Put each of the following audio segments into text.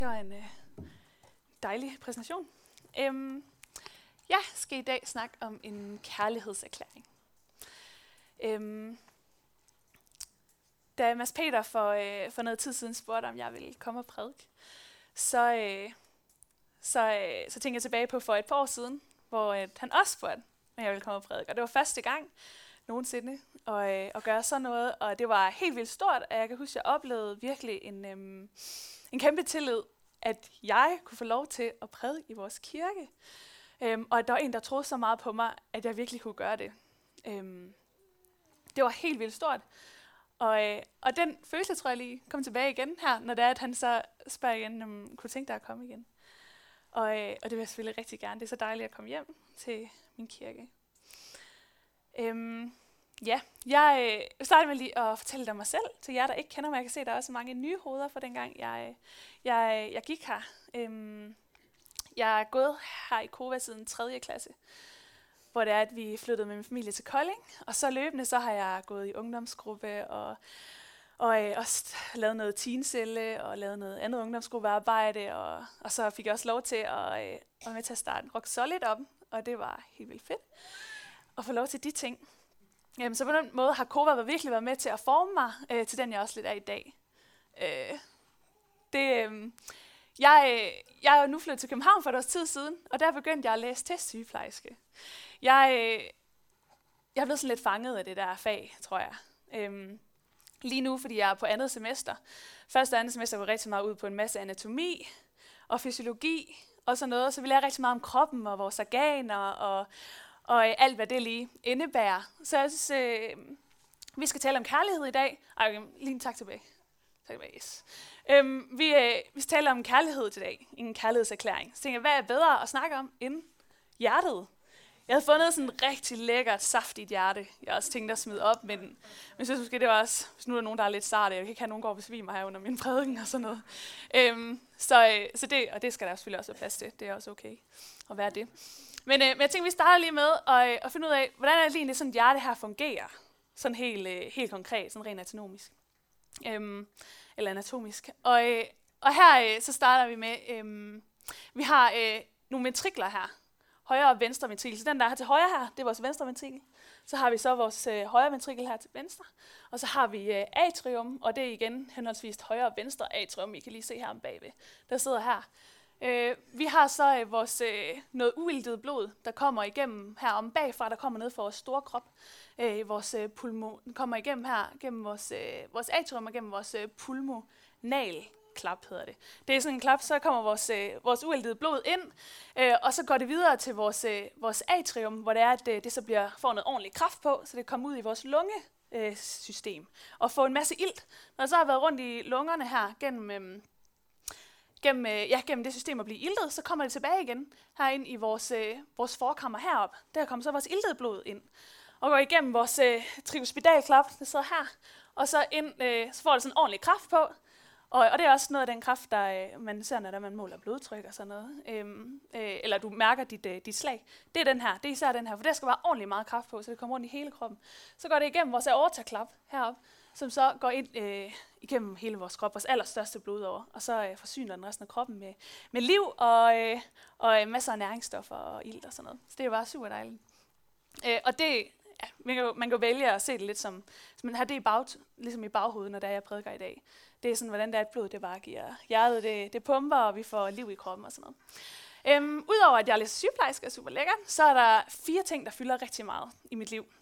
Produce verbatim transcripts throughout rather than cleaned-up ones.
Det var en øh, dejlig præsentation. Øhm, jeg skal i dag snakke om en kærlighedserklæring. Øhm, da Mads Peter for, øh, for noget tid siden spurgte, om jeg ville komme og prædike, så, øh, så, øh, så tænkte jeg tilbage på for et par år siden, hvor øh, han også spurgte, om jeg ville komme og prædike. Og det var første gang nogensinde at, øh, at gøre sådan noget, og det var helt vildt stort, og jeg kan huske, at jeg oplevede virkelig en, øhm, en kæmpe tillid, at jeg kunne få lov til at prædike i vores kirke. Øhm, og at der var en, der troede så meget på mig, at jeg virkelig kunne gøre det. Øhm, det var helt vildt stort. Og, øh, og den følelse, tror jeg lige, kom tilbage igen her, når det er, at han så spørger igen, om kunne du tænke dig at komme igen? Og, øh, og det vil jeg selvfølgelig rigtig gerne. Det er så dejligt at komme hjem til min kirke. Øhm, ja, jeg øh, starter med lige at fortælle dig mig selv, til jer, der ikke kender mig. Jeg kan se, at der er også mange nye hoveder fra dengang, jeg, jeg, jeg gik her. Øhm, jeg er gået her i Kova siden tredje klasse, hvor det er, at vi flyttede med min familie til Kolding. Og så løbende, så har jeg gået i ungdomsgruppe og, og øh, også lavet noget teencelle og lavet noget andet ungdomsgruppearbejde. Og, og så fik jeg også lov til at øh, være med til at starte Rock Solid op, og det var helt vildt fedt at få lov til de ting. Jamen, så på den måde har Kova virkelig været med til at forme mig øh, til den, jeg også lidt er i dag. Øh, det, øh, jeg, jeg er jo nu flyttet til København for et års tid siden, og der begyndte jeg at læse til sygeplejerske. Jeg, øh, jeg er blevet sådan lidt fanget af det der fag, tror jeg. Øh, lige nu, fordi jeg er på andet semester. Første og andet semester går rigtig meget ud på en masse anatomi og fysiologi og sådan noget, så vi lærer rigtig meget om kroppen og vores organer og og øh, alt, hvad det lige indebærer. Så jeg synes, øh, vi skal tale om kærlighed i dag. Ej, okay, lige en tak tilbage. Tak tilbage, yes. Øhm, vi, øh, vi skal tale om kærlighed i dag. En kærlighedserklæring. Så tænker jeg, hvad er bedre at snakke om end hjertet? Jeg havde fundet sådan et rigtig lækkert, saftigt hjerte. Jeg også tænkte at smide op, men, men jeg synes måske, det var også, hvis nu er der nogen, der er lidt sarte. Jeg kan ikke have nogen, der går og besvimer her under min prædiken og sådan noget. Øhm, så, øh, så det, og det skal der selvfølgelig også være plads til. Det er også okay at være det. Men, øh, men jeg tænkte, vi starter lige med at, øh, at finde ud af, hvordan er det egentlig sådan et hjerte her fungerer. Sådan helt, øh, helt konkret, sådan rent anatomisk. Øhm, eller anatomisk. Og, øh, og her øh, så starter vi med, øh, vi har øh, nogle ventrikler her. Højre og venstre ventrikel. Så den, der er her til højre her, det er vores venstre ventrikel. Så har vi så vores øh, højre ventrikel her til venstre. Og så har vi øh, atrium, og det er igen henholdsvis højre og venstre atrium. I kan lige se her om bagved. Der sidder her. Øh, vi har så øh, vores øh, noget uiltet blod, der kommer igennem her om bagfra, der kommer ned fra vores store krop. Øh, vores øh, pulmo, den kommer igennem her, gennem vores, øh, vores atrium og gennem vores øh, pulmonal klap, hedder det. Det er sådan en klap, så kommer vores, øh, vores uiltede blod ind, øh, og så går det videre til vores, øh, vores atrium, hvor det er, at det, det så bliver, får noget ordentlig kraft på, så det kommer ud i vores lungesystem, øh, og får en masse ilt. Når det så har været rundt i lungerne her, gennem... Øh, Gennem, ja, gennem det system at blive iltet, så kommer det tilbage igen herind i vores, øh, vores forkammer herop. Der kommer så vores iltede blod ind og går igennem vores øh, triospidalklap, der sidder her, og så, ind, øh, så får det sådan en ordentlig kraft på. Og, og det er også noget af den kraft, der øh, man ser, når der man måler blodtryk og sådan noget. Øhm, øh, eller du mærker dit, øh, dit slag. Det er den her, det er især den her, for der skal være ordentlig meget kraft på, så det kommer rundt i hele kroppen. Så går det igennem vores aortaklap herop, som så går ind øh, igennem hele vores krop, vores allerstørste blodåre, og så øh, forsyner den resten af kroppen med, med liv og, øh, og masser af næringsstoffer og ilt og sådan noget. Så det er jo bare super dejligt. Øh, og det, ja, man, kan jo, man kan jo vælge at se det lidt som, som man har det i bag, ligesom i baghovedet, når det er, jeg prædiker i dag. Det er sådan, hvordan det er, at blod det bare giver hjertet, det, det pumper, og vi får liv i kroppen og sådan noget. Øhm, Udover at jeg læser sygeplejerske og super lækker, så er der fire ting, der fylder rigtig meget i mit liv.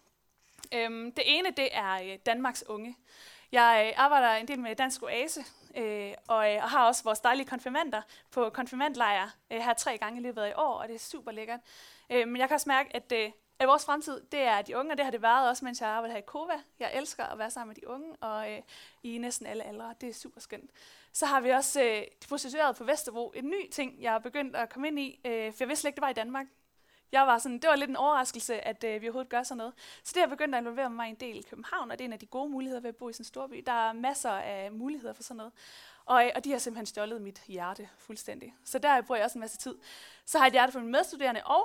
Øhm, det ene, det er øh, Danmarks Unge. Jeg øh, arbejder en del med Dansk Oase, øh, og, øh, og har også vores dejlige konfirmander på konfirmandlejr øh, her tre gange i løbet af i år, og det er super lækkert. Øh, men jeg kan også mærke, at, øh, at vores fremtid, det er de unge, og det har det været også, mens jeg arbejder her i Kova. Jeg elsker at være sammen med de unge, og øh, i næsten alle aldre. Det er super skønt. Så har vi også øh, de prostituerede på Vesterbro. En ny ting, jeg er begyndt at komme ind i, øh, for jeg vidste slet ikke, det var i Danmark. Jeg var sådan, det var lidt en overraskelse, at øh, vi overhovedet gør sådan noget. Så det har jeg begyndt at involvere mig en del i København, og det er en af de gode muligheder ved at bo i sådan en storby. Der er masser af muligheder for sådan noget. Og, øh, og de har simpelthen stjålet mit hjerte fuldstændig. Så der bruger jeg også en masse tid. Så har jeg et hjerte for mine medstuderende og,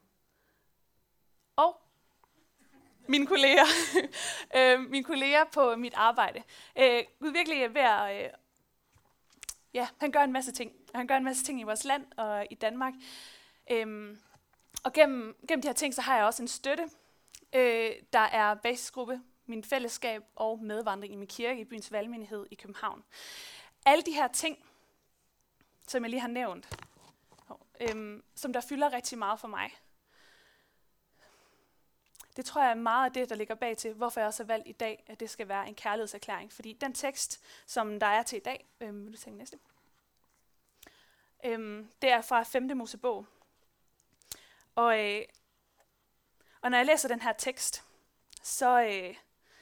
og mine kolleger. øh, mine kolleger på mit arbejde. Øh, Gud virkelig er ved at... Øh, ja, han gør en masse ting. Og han gør en masse ting i vores land og i Danmark. Øhm, og gennem, gennem de her ting, så har jeg også en støtte, øh, der er basisgruppe, min fællesskab og medvandring i min kirke i byens valgmenighed i København. Alle de her ting, som jeg lige har nævnt, øhm, som der fylder rigtig meget for mig. Det tror jeg er meget af det, der ligger bag til, hvorfor jeg også har valgt i dag, at det skal være en kærlighedserklæring. Fordi den tekst, som der er til i dag, øhm, vil du tænke næste? Øhm, det er fra femte Mosebog. Og, øh, og når jeg læser den her tekst, så, øh,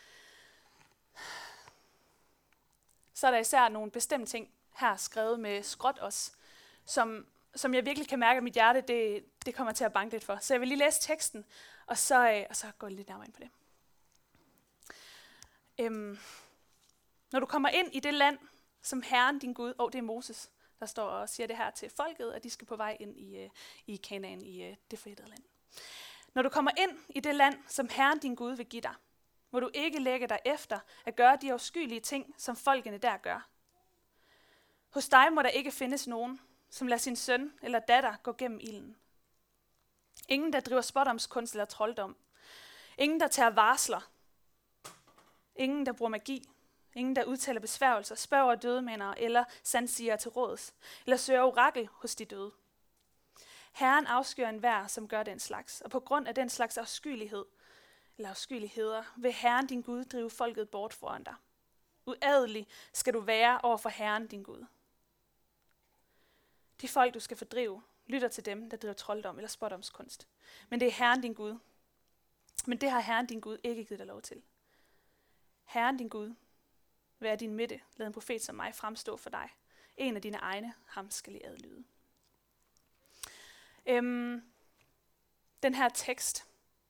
så er der især nogle bestemte ting her skrevet med skråt også, som, som jeg virkelig kan mærke, at mit hjerte det, det kommer til at banke lidt for. Så jeg vil lige læse teksten, og så, øh, og så går jeg lidt nærmere ind på det. Øhm, når du kommer ind i det land, som Herren din Gud, og det er Moses, der står og siger det her til folket, at de skal på vej ind i, øh, i Kanaan, i øh, det forjættede land. Når du kommer ind i det land, som Herren din Gud vil give dig, må du ikke lægge dig efter at gøre de afskyelige ting, som folkene der gør. Hos dig må der ikke findes nogen, som lader sin søn eller datter gå gennem ilden. Ingen, der driver spådomskunst eller trolddom. Ingen, der tager varsler. Ingen, der bruger magi. Ingen, der udtaler besværgelser, spørger dødemænder eller sandsiger til råds, eller søger orakel hos de døde. Herren afskyr enhver, som gør den slags, og på grund af den slags afskyelighed, eller afskyeligheder, vil Herren din Gud drive folket bort foran dig. Uadelig skal du være over for Herren din Gud. De folk, du skal fordrive, lytter til dem, der driver trolddom eller spådomskunst. Men det er Herren din Gud. Men det har Herren din Gud ikke givet dig lov til. Herren din Gud vil af din midte lade en profet som mig fremstå for dig. En af dine egne, ham skal I adlyde. Øhm, den her tekst,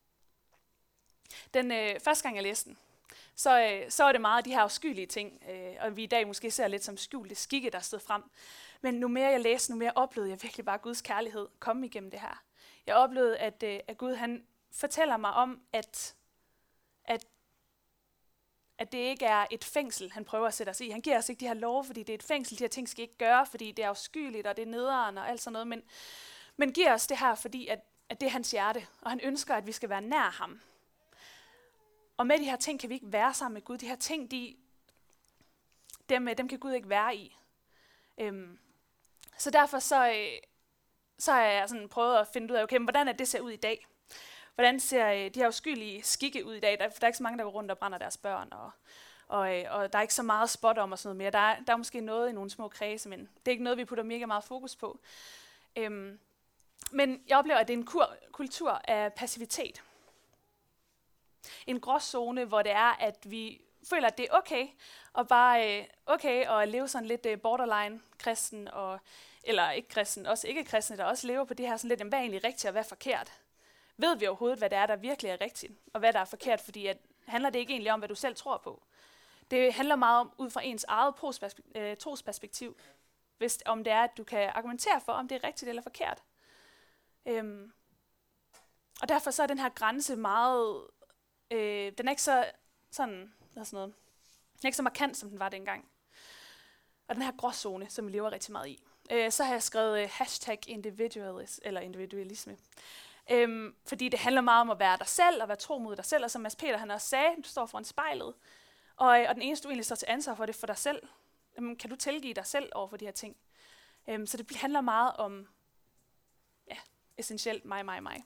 den øh, første gang jeg læste den, så, øh, så var det meget af de her afskyelige ting, øh, og vi i dag måske ser lidt som skjulte skikke, der stod frem. Men nu mere jeg læste, nu mere oplevede jeg virkelig bare Guds kærlighed komme igennem det her. Jeg oplevede, at, øh, at Gud han fortæller mig om, at, at, at det ikke er et fængsel, han prøver at sætte os i. Han giver os ikke de her love, fordi det er et fængsel. De her ting skal ikke gøre, fordi det er afskyeligt, og det er nederen og alt sådan noget. Men, men giver os det her, fordi at, at det er hans hjerte, og han ønsker, at vi skal være nær ham. Og med de her ting kan vi ikke være sammen med Gud. De her ting, de, dem, dem kan Gud ikke være i. Øhm, så derfor så, øh, så har jeg sådan prøvet at finde ud af, okay, men hvordan er det ser ud i dag? Hvordan ser øh, de her uskyldige skikke ud i dag? Der, der er ikke så mange, der går rundt og brænder deres børn, og, og, øh, og der er ikke så meget spot om og sådan noget mere. Der er, der er måske noget i nogle små kredse, men det er ikke noget, vi putter mega meget fokus på. Øhm, men jeg oplever, at det er en kur, kultur af passivitet. En gråzone, hvor det er, at vi føler, at det er okay, og bare øh, okay at leve sådan lidt øh, borderline kristen, og, eller ikke kristen, også ikke kristne, der også lever på det her sådan lidt, jamen, hvad er egentlig rigtigt og hvad er forkert? Ved vi overhovedet, hvad det er, der virkelig er rigtigt, og hvad der er forkert, fordi at, handler det ikke egentlig om, hvad du selv tror på? Det handler meget om, ud fra ens eget trosperspektiv, øh, trosperspektiv, hvis, om det er, at du kan argumentere for, om det er rigtigt eller forkert. Øhm, og derfor så er den her grænse meget, øh, den er ikke så sådan, sådan noget, den er ikke så markant, som den var dengang. Og den her gråzone, som vi lever rigtig meget i. Øh, så har jeg skrevet øh, hashtag individualis, eller individualisme. Øhm, fordi det handler meget om at være dig selv, og være tro mod dig selv, og som Mads Peter han også sagde, du står foran spejlet, og, og den eneste du egentlig står til ansvar for, det for dig selv. Øhm, kan du tilgive dig selv over for de her ting? Øhm, så det handler meget om, ja, essentielt mig, mig, mig.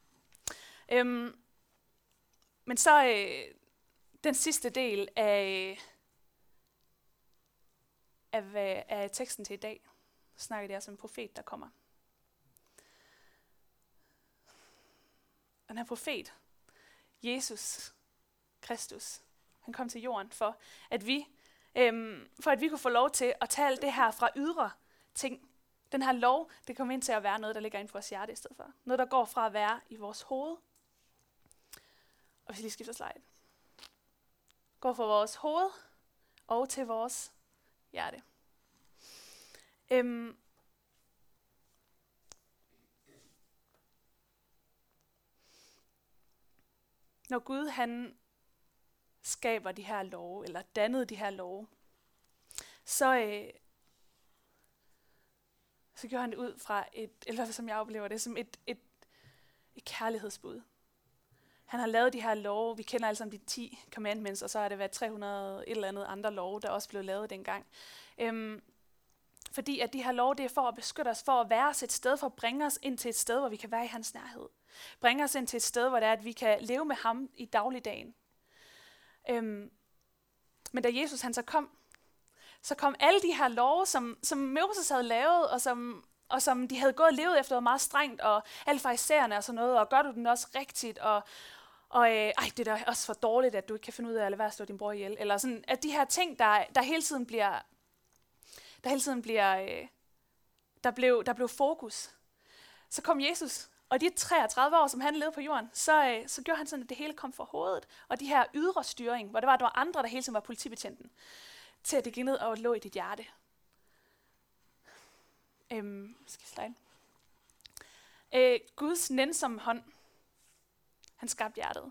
Øhm, men så øh, den sidste del af, af, af teksten til i dag, snakker det altså om en profet, der kommer. Den her profet, Jesus Kristus, han kom til jorden for, at vi, øhm, for at vi kunne få lov til at tage alt det her fra ydre ting. Den her lov, det kommer ind til at være noget, der ligger inden for vores hjerte i stedet for. Noget, der går fra at være i vores hoved. Og hvis vi lige skifter slide. Går fra vores hoved og til vores hjerte. Øhm, Når Gud han skaber de her love, eller dannede de her love, så, øh, så gjorde han det ud fra et, eller hvad som jeg oplever det, som et, et, et kærlighedsbud. Han har lavet de her love, vi kender alle sammen de ti commandments, og så har det været tre hundrede et eller andet andre love, der også blev lavet dengang. Øhm, fordi at de her love, det er for at beskytte os, for at være os et sted, for at bringe os ind til et sted, hvor vi kan være i hans nærhed. Bringe os ind til et sted, hvor det er, at vi kan leve med ham i dagligdagen. Øhm, men da Jesus han så kom, så kom alle de her love, som, som Moses havde lavet, og som, og som de havde gået og levet efter, meget strengt, og alle farisæerne og sådan noget, og gør du den også rigtigt, og, og øh, ej, det er da også for dårligt, at du ikke kan finde ud af at lade være at slå din bror ihjel. Eller sådan, at de her ting, der, der hele tiden bliver, der hele tiden bliver, øh, der blev, der blev fokus. Så kom Jesus, og de treogtredive år, som han levede på jorden, så, øh, så gjorde han sådan, at det hele kom fra hovedet. Og de her ydre styring, hvor det var, at der var andre, der hele tiden var politibetjenten, til at det gik ned og lå i dit hjerte. Øhm, skal jeg slide? Øh, Guds nænsomme hånd, han skabte hjertet.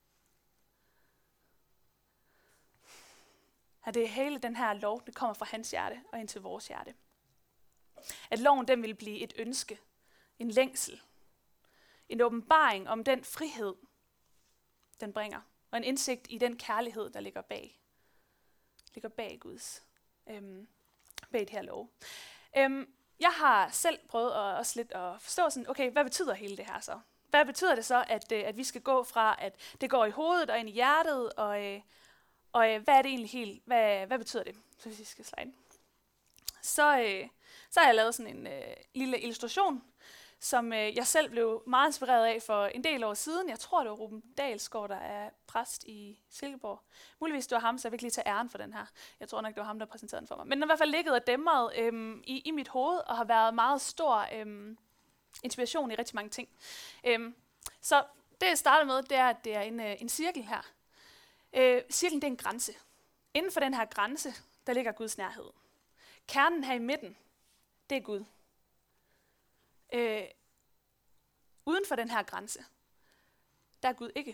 At det hele den her lov, det kommer fra hans hjerte og ind til vores hjerte. At loven, den vil blive et ønske, en længsel, en åbenbaring om den frihed, den bringer, og en indsigt i den kærlighed, der ligger bag, ligger bag Guds, øhm, bag det her lov. Øhm, jeg har selv prøvet at, også lidt at forstå sådan, okay, hvad betyder hele det her så? Hvad betyder det så, at, at vi skal gå fra, at det går i hovedet og ind i hjertet, og, øh, og øh, hvad er det egentlig helt, hvad, hvad betyder det? Så hvis vi skal slide. Så, øh, så har jeg lavet sådan en øh, lille illustration, som øh, jeg selv blev meget inspireret af for en del år siden. Jeg tror, det var Ruben Dalsgaard, der er præst i Silkeborg. Muligvis det var ham, så jeg vil ikke lige tage æren for den her. Jeg tror nok, det var ham, der præsenterede den for mig. Men den har i hvert fald ligget og dæmret øhm, i, i mit hoved, og har været meget stor øhm, inspiration i rigtig mange ting. Øhm, så det, jeg starter med, det er, at det er en, øh, en cirkel her. Øh, cirklen, det er en grænse. Inden for den her grænse, der ligger Guds nærhed. Kernen her i midten, det er Gud. Øh, uden for den her grænse, der er Gud ikke.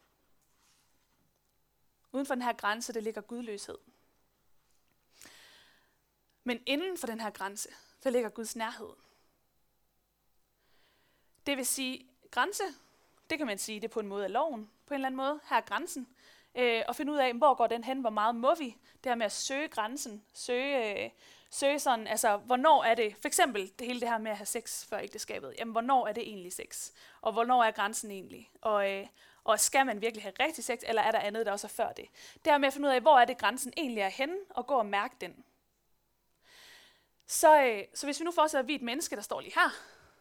Uden for den her grænse, der ligger gudløshed. Men inden for den her grænse, der ligger Guds nærhed. Det vil sige, grænse, det kan man sige, det er på en måde af loven, på en eller anden måde. Her er grænsen. Øh, og finde ud af, hvor går den hen, hvor meget må vi. Det her med at søge grænsen, søge... Øh, Søge sådan, altså, hvornår er det, for eksempel det hele det her med at have sex før ægteskabet, jamen, hvornår er det egentlig sex? Og hvornår er grænsen egentlig? Og, øh, og skal man virkelig have rigtig sex, eller er der andet, der også er før det? Det her med at finde ud af, hvor er det grænsen egentlig er henne, og gå og mærke den. Så, øh, så hvis vi nu forestiller, at vi er et menneske, der står lige her,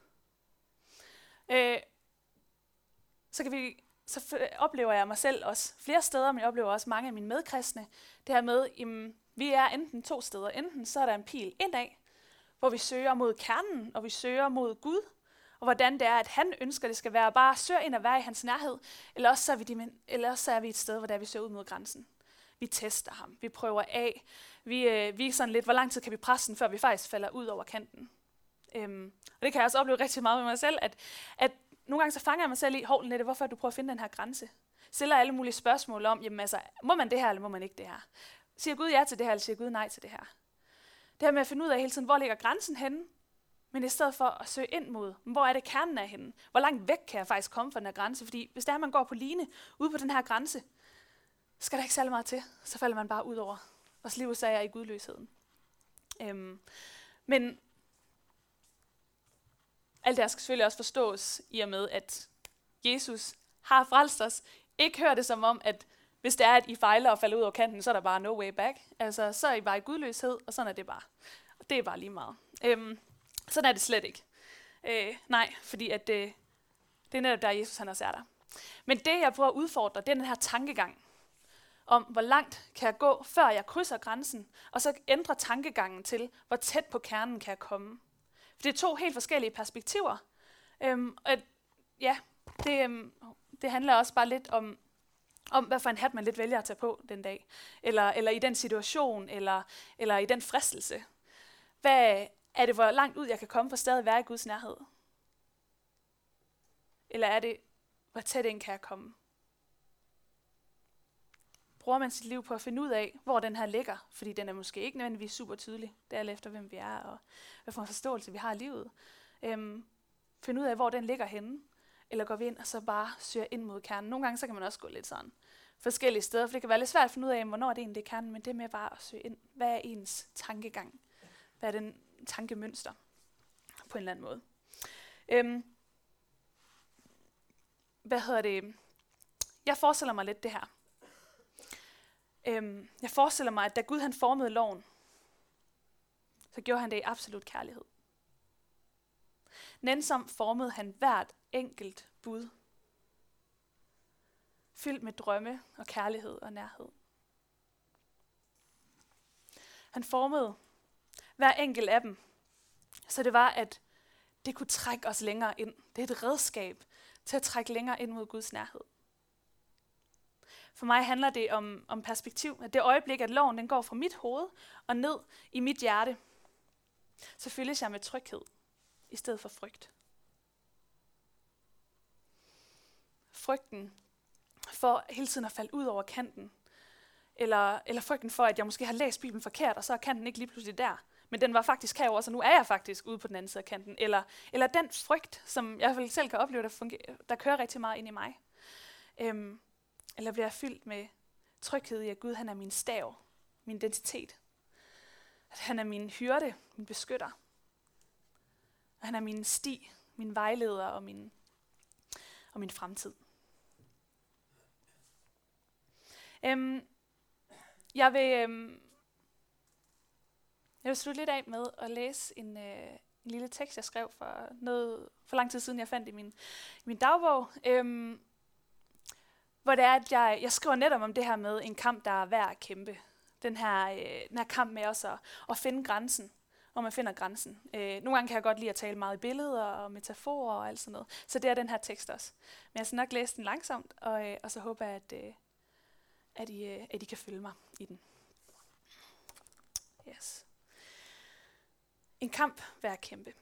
øh, så, kan vi, så oplever jeg mig selv også flere steder, men jeg oplever også mange af mine medkristne, det her med, jamen, vi er enten to steder. Enten så er der en pil indad, hvor vi søger mod kernen, og vi søger mod Gud, og hvordan det er, at han ønsker, det skal være bare søge ind og være i hans nærhed, eller også så er vi, de, eller også så er vi et sted, hvor der vi søger ud mod grænsen. Vi tester ham, vi prøver af, vi, øh, vi er sådan lidt, hvor lang tid kan vi presse den, før vi faktisk falder ud over kanten. Øhm, og det kan jeg også opleve rigtig meget med mig selv, at, at nogle gange så fanger jeg mig selv i, hold Nette, hvorfor du prøver at finde den her grænse? Stiller alle mulige spørgsmål om, jamen altså, må man det her, eller må man ikke det her? Siger Gud ja til det her, eller siger Gud nej til det her? Det her med at finde ud af hele tiden, hvor ligger grænsen henne, men i stedet for at søge ind mod, hvor er det kernen er henne? Hvor langt væk kan jeg faktisk komme fra den her grænse? Fordi hvis der man går på line ude på den her grænse, skal der ikke særlig meget til, så falder man bare ud over. Og så lever jeg i gudløsheden. Øhm, men alt det her skal selvfølgelig også forstås i og med, at Jesus har frelst os. Ikke hør det som om, at hvis det er, at I fejler og falder ud over kanten, så er der bare no way back. Altså, så er I bare i gudløshed, og sådan er det bare. Og det er bare lige meget. Øhm, sådan er det slet ikke. Øh, nej, fordi at det, det er netop der, Jesus han også er der. Men det, jeg prøver at udfordre, det er den her tankegang om, hvor langt kan jeg gå, før jeg krydser grænsen, og så ændre tankegangen til, hvor tæt på kernen kan jeg komme. For det er to helt forskellige perspektiver. Øhm, og ja, det, øhm, det handler også bare lidt om, om, hvad for en hat man lidt vælger at tage på den dag, eller, eller i den situation, eller, eller i den fristelse. Hvad er det, hvor langt ud jeg kan komme for stadig at være i Guds nærhed? Eller er det, hvor tæt ind kan jeg komme? bruger man sit liv på at finde ud af, hvor den her ligger, fordi den er måske ikke nødvendigvis super tydelig, det er alt efter, hvem vi er, og hvad for en forståelse vi har i livet. Øhm, finde ud af, hvor den ligger henne, eller går vi ind og så bare søger ind mod kernen. Nogle gange så kan man også gå lidt sådan forskellige steder, for det kan være lidt svært at finde ud af, hvornår det egentlig er kernen, men det med bare at søge ind. Hvad er ens tankegang? Hvad er den tankemønster? På en eller anden måde. Øhm, hvad hedder det? Jeg forestiller mig lidt det her. Øhm, jeg forestiller mig, at da Gud han formede loven, så gjorde han det i absolut kærlighed. Nænsomt formede han hvert enkelt bud, fyldt med drømme og kærlighed og nærhed. Han formede hver enkelt af dem, så det var, at det kunne trække os længere ind. Det er et redskab til at trække længere ind mod Guds nærhed. For mig handler det om, om perspektiv, at det øjeblik, at loven den går fra mit hoved og ned i mit hjerte, så fyldes jeg med tryghed i stedet for frygt. Frygten for hele tiden at falde ud over kanten, eller, eller frygten for, at jeg måske har læst Bibelen forkert, og så er kanten ikke lige pludselig der, men den var faktisk herovre, så nu er jeg faktisk ude på den anden side af kanten. Eller, eller den frygt, som jeg i hvert fald selv kan opleve, der, fungerer, der kører rigtig meget ind i mig. Øhm, eller bliver jeg fyldt med tryghed i, at Gud han er min stav, min identitet. At han er min hyrde, min beskytter. Og han er min sti, min vejleder og min, og min fremtid. Øhm, jeg vil... Øhm, Jeg vil slutte lidt af med at læse en, øh, en lille tekst, jeg skrev for, noget, for lang tid siden, jeg fandt i min, i min dagbog. Øhm, hvor det er, at jeg, jeg skriver netop om det her med en kamp, der er værd at kæmpe. Den her, øh, den her kamp med også at, at finde grænsen, hvor man finder grænsen. Øh, nogle gange kan jeg godt lide at tale meget i billeder og metaforer og alt sådan noget. Så det er den her tekst også. Men jeg skal nok læse den langsomt, og, øh, og så håber jeg, at, øh, at, I, øh, at I kan følge mig i den. Yes. En kamp værd at kæmpe.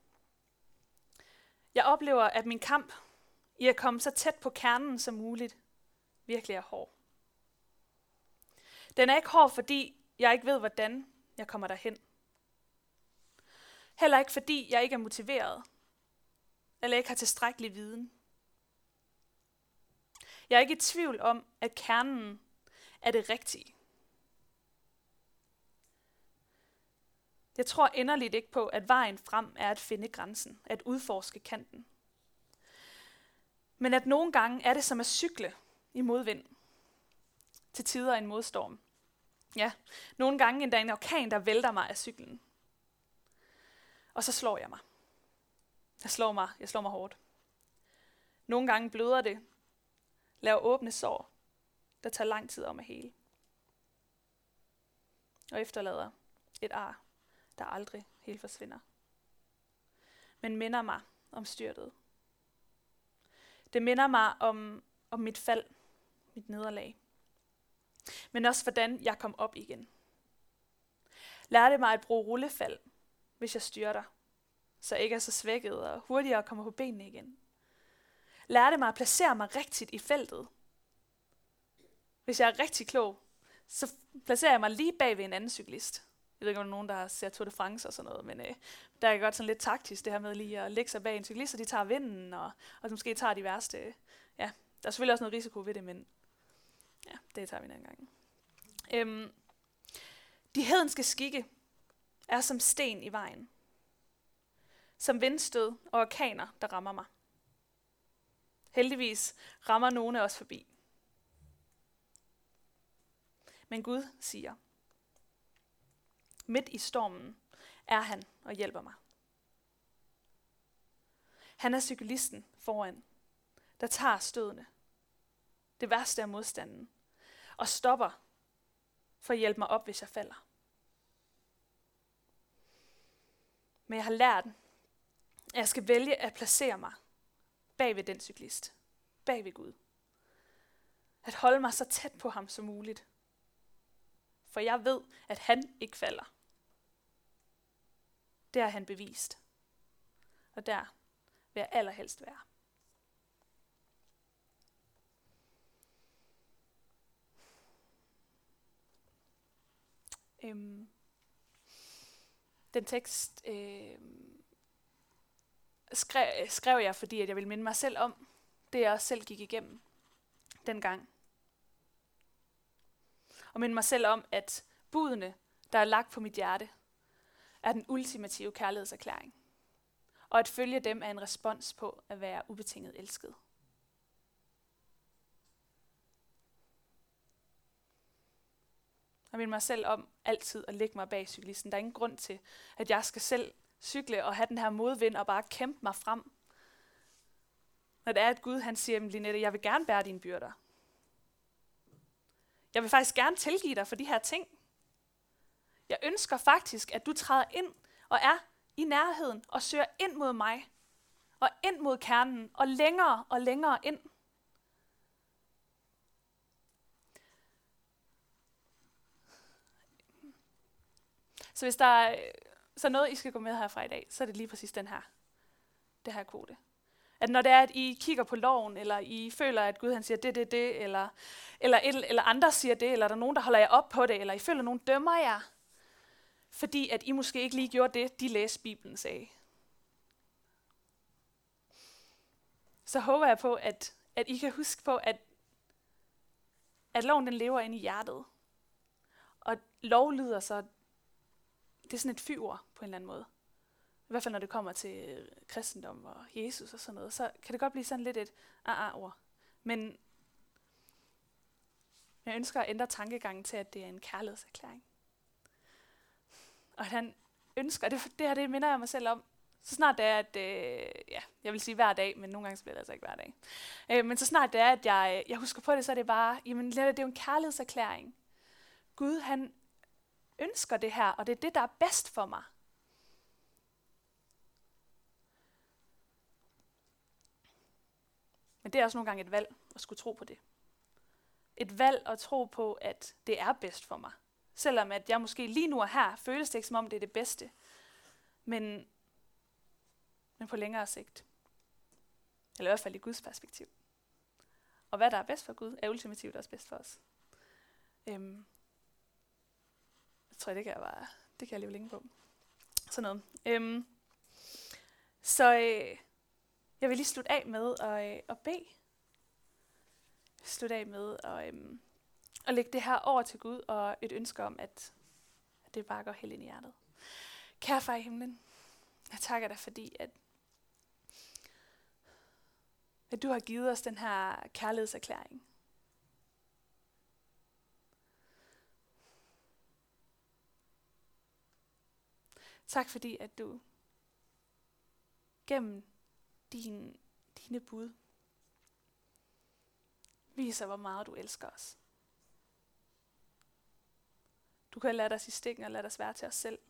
Jeg oplever, at min kamp i at komme så tæt på kernen som muligt virkelig er hård. Den er ikke hård, fordi jeg ikke ved, hvordan jeg kommer derhen. Heller ikke fordi jeg ikke er motiveret, eller ikke har tilstrækkelig viden. Jeg er ikke i tvivl om, at kernen er det rigtige. Jeg tror inderligt ikke på, at vejen frem er at finde grænsen, at udforske kanten. Men at nogle gange er det som at cykle i modvind. Til tider en modstorm. Ja, nogle gange endda en orkan, der vælter mig af cyklen. Og så slår jeg mig. Jeg slår mig, jeg slår mig hårdt. Nogle gange bløder det. Laver åbne sår, der tager lang tid om at hele. Og efterlader et ar, der aldrig helt forsvinder. Men minder mig om styrtet. Det minder mig om, om mit fald, mit nederlag. Men også hvordan jeg kom op igen. Lærte mig at bruge rullefald, hvis jeg styrter, så jeg ikke er så svækket og hurtigere kommer på benene igen. Lærte mig at placere mig rigtigt i feltet. Hvis jeg er rigtig klog, så placerer jeg mig lige bag ved en anden cyklist. Jeg ved ikke, om der er nogen, der ser Tour de France og sådan noget, men øh, der er godt sådan lidt taktisk, det her med lige at lægge sig bag en cyklist, og de tager vinden, og, og måske tager de værste. Øh, ja, der er selvfølgelig også noget risiko ved det, men ja, det tager vi en anden gang. Øhm, de hedenske skikke er som sten i vejen. Som vindstød og orkaner, der rammer mig. Heldigvis rammer nogle af os forbi. Men Gud siger, midt i stormen er han og hjælper mig. Han er cyklisten foran, der tager stødene, det værste af modstanden, og stopper for at hjælpe mig op, hvis jeg falder. Men jeg har lært, at jeg skal vælge at placere mig bag ved den cyklist, bag ved Gud. At holde mig så tæt på ham som muligt. For jeg ved, at han ikke falder. Det har han bevist. Og der vil jeg allerhelst være. Øhm, den tekst øh, skrev, skrev jeg, fordi at jeg ville minde mig selv om det, jeg også selv gik igennem dengang. Og minde mig selv om, at budene, der er lagt på mit hjerte, er den ultimative kærlighedserklæring. Og at følge dem er en respons på at være ubetinget elsket. Og minde mig selv om altid at lægge mig bag cyklisten. Der er ingen grund til, at jeg skal selv cykle og have den her modvind og bare kæmpe mig frem. Når det er, at Gud han siger, Linette, jeg vil gerne bære dine byrder. Jeg vil faktisk gerne tilgive dig for de her ting. Jeg ønsker faktisk, at du træder ind og er i nærheden og søger ind mod mig. Og ind mod kernen og længere og længere ind. Så hvis der er så noget, I skal gå med herfra i dag, så er det lige præcis den her. Det her kvote. At når det er, at I kigger på loven, eller I føler, at Gud han siger det, det, det, eller, eller, et, eller andre siger det, eller der er nogen, der holder jer op på det, eller I føler, at nogen dømmer jer, fordi at I måske ikke lige gjorde det, de læste Bibelen sagde. Så håber jeg på, at, at I kan huske på, at, at loven den lever inde i hjertet. Og lov lyder så, det er sådan et fyord på en eller anden måde. I hvert fald når det kommer til kristendom og Jesus og sådan noget, så kan det godt blive sådan lidt et ah-ah-ord. Men jeg ønsker at ændre tankegangen til, at det er en kærlighedserklæring. Og at han ønsker, det, det her det minder jeg mig selv om, så snart det er, at, øh, ja, jeg vil sige hver dag, men nogle gange så bliver det altså ikke hver dag. Øh, men så snart det er, at jeg, jeg husker på det, så er det bare, jamen det er jo en kærlighedserklæring. Gud han ønsker det her, og det er det, der er bedst for mig. Men det er også nogle gange et valg at skulle tro på det. Et valg at tro på, at det er bedst for mig. Selvom at jeg måske lige nu er her, føles det ikke som om det er det bedste. Men, men på længere sigt. Eller i hvert fald i Guds perspektiv. Og hvad der er bedst for Gud, er ultimativt også bedst for os. Øhm, jeg tror, det kan jeg bare, det kan jeg leve længe på. Sådan noget. Øhm, så øh, jeg vil lige slutte af med at, øh, at bede. Slutte af med at, øh, at lægge det her over til Gud, og et ønske om, at, at det bare går helt ind i hjertet. Kære far i himlen, jeg takker dig, fordi at, at du har givet os den her kærlighedserklæring. Tak fordi, at du gennem din, dine bud viser, hvor meget du elsker os. Du kan lade os i stikken og lade os være til os selv.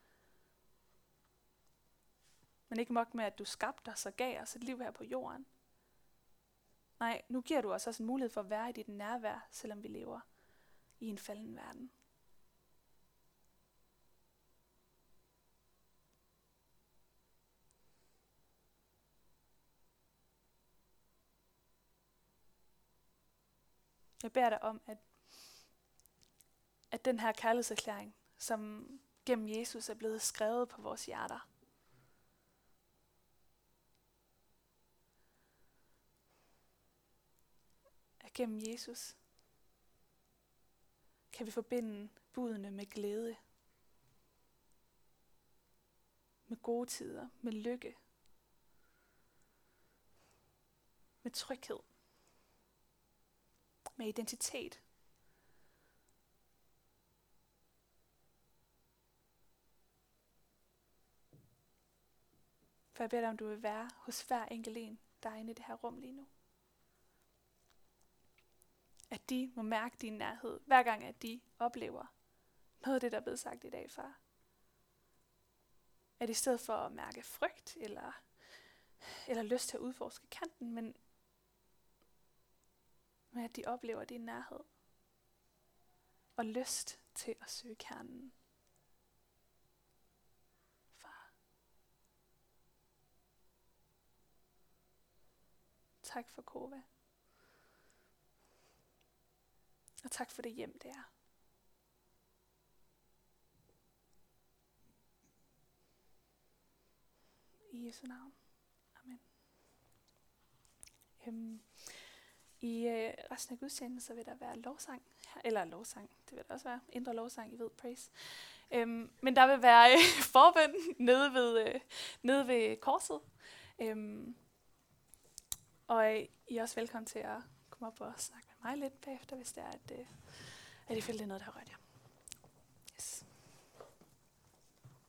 Men ikke nok med, at du skabte os og gav os et liv her på jorden. Nej, nu giver du os også en mulighed for at være i dit nærvær, selvom vi lever i en falden verden. Jeg beder dig om, at, at den her kærlighedserklæring, som gennem Jesus er blevet skrevet på vores hjerter, at gennem Jesus kan vi forbinde budene med glæde, med gode tider, med lykke, med tryghed, med identitet. For jeg beder dig, om du vil være hos hver enkelt en, der er inde i det her rum lige nu. At de må mærke din nærhed, hver gang at de oplever noget af det, der er blevet sagt i dag, far. At i stedet for at mærke frygt, eller, eller lyst til at udforske kanten, men med at de oplever din nærhed. Og lyst til at søge kernen. Far. Tak for Kova. Og tak for det hjem, det er. Jesu navn. Amen. Øhm, I øh, resten af gudstjenesten, så vil der være lovsang, eller lovsang, det vil der også være, indre lovsang, I ved, praise. Øhm, men der vil være øh, forbøn nede ved, øh, nede ved korset. Øhm, og øh, I er også velkommen til at komme op og snakke med mig lidt bagefter, hvis det er, at, øh, at I føler, det er noget, der har rørt jer.